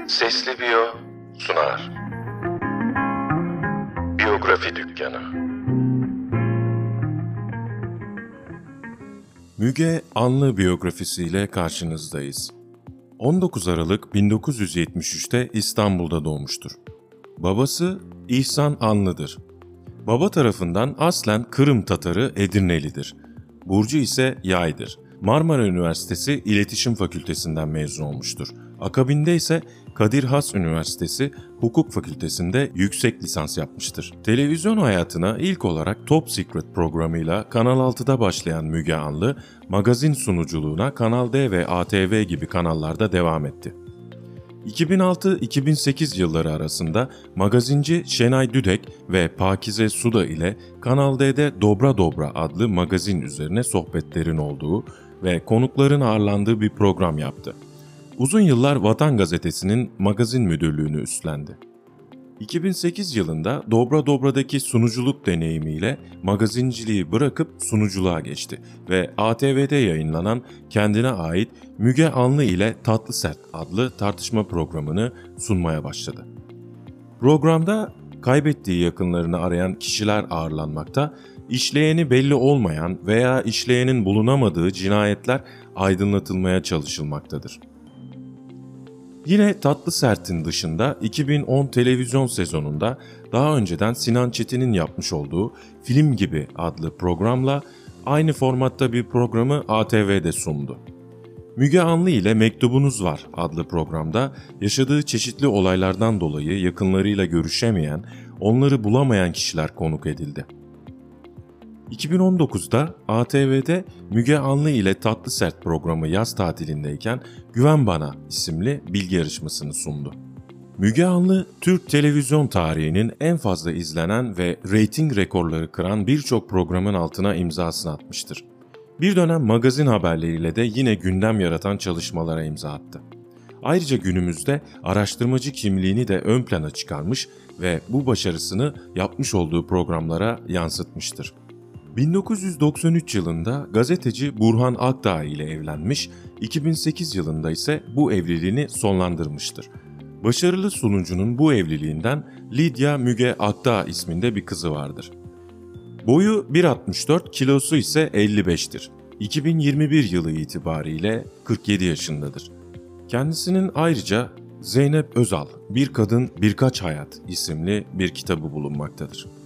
Sesli Biyo sunar. Biyografi Dükkanı. Müge Anlı biyografisiyle karşınızdayız. 19 Aralık 1973'te İstanbul'da doğmuştur. Babası İhsan Anlı'dır. Baba tarafından aslen Kırım Tatarı Edirnelidir. Burcu ise Yay'dır. Marmara Üniversitesi İletişim Fakültesinden mezun olmuştur. Akabinde ise Kadir Has Üniversitesi Hukuk Fakültesi'nde yüksek lisans yapmıştır. Televizyon hayatına ilk olarak Top Secret programıyla Kanal 6'da başlayan Müge Anlı, magazin sunuculuğuna Kanal D ve ATV gibi kanallarda devam etti. 2006-2008 yılları arasında magazinci Şenay Düdek ve Pakize Suda ile Kanal D'de Dobra Dobra adlı magazin üzerine sohbetlerin olduğu ve konukların ağırlandığı bir program yaptı. Uzun yıllar Vatan Gazetesi'nin magazin müdürlüğünü üstlendi. 2008 yılında Dobra Dobra'daki sunuculuk deneyimiyle magazinciliği bırakıp sunuculuğa geçti ve ATV'de yayınlanan kendine ait Müge Anlı ile Tatlı Sert adlı tartışma programını sunmaya başladı. Programda kaybettiği yakınlarını arayan kişiler ağırlanmakta, işleyeni belli olmayan veya işleyenin bulunamadığı cinayetler aydınlatılmaya çalışılmaktadır. Yine Tatlı Sert'in dışında 2010 televizyon sezonunda daha önceden Sinan Çetin'in yapmış olduğu Film Gibi adlı programla aynı formatta bir programı ATV'de sundu. Müge Anlı ile Mektubunuz Var adlı programda yaşadığı çeşitli olaylardan dolayı yakınlarıyla görüşemeyen, onları bulamayan kişiler konuk edildi. 2019'da ATV'de Müge Anlı ile Tatlı Sert programı yaz tatilindeyken Güven Bana isimli bilgi yarışmasını sundu. Müge Anlı, Türk televizyon tarihinin en fazla izlenen ve reyting rekorları kıran birçok programın altına imzasını atmıştır. Bir dönem magazin haberleriyle de yine gündem yaratan çalışmalara imza attı. Ayrıca günümüzde araştırmacı kimliğini de ön plana çıkarmış ve bu başarısını yapmış olduğu programlara yansıtmıştır. 1993 yılında gazeteci Burhan Akdağ ile evlenmiş, 2008 yılında ise bu evliliğini sonlandırmıştır. Başarılı sunucunun bu evliliğinden Lidya Müge Akdağ isminde bir kızı vardır. Boyu 1.64, kilosu ise 55'tir. 2021 yılı itibariyle 47 yaşındadır. Kendisinin ayrıca Zeynep Özal, Bir Kadın Birkaç Hayat isimli bir kitabı bulunmaktadır.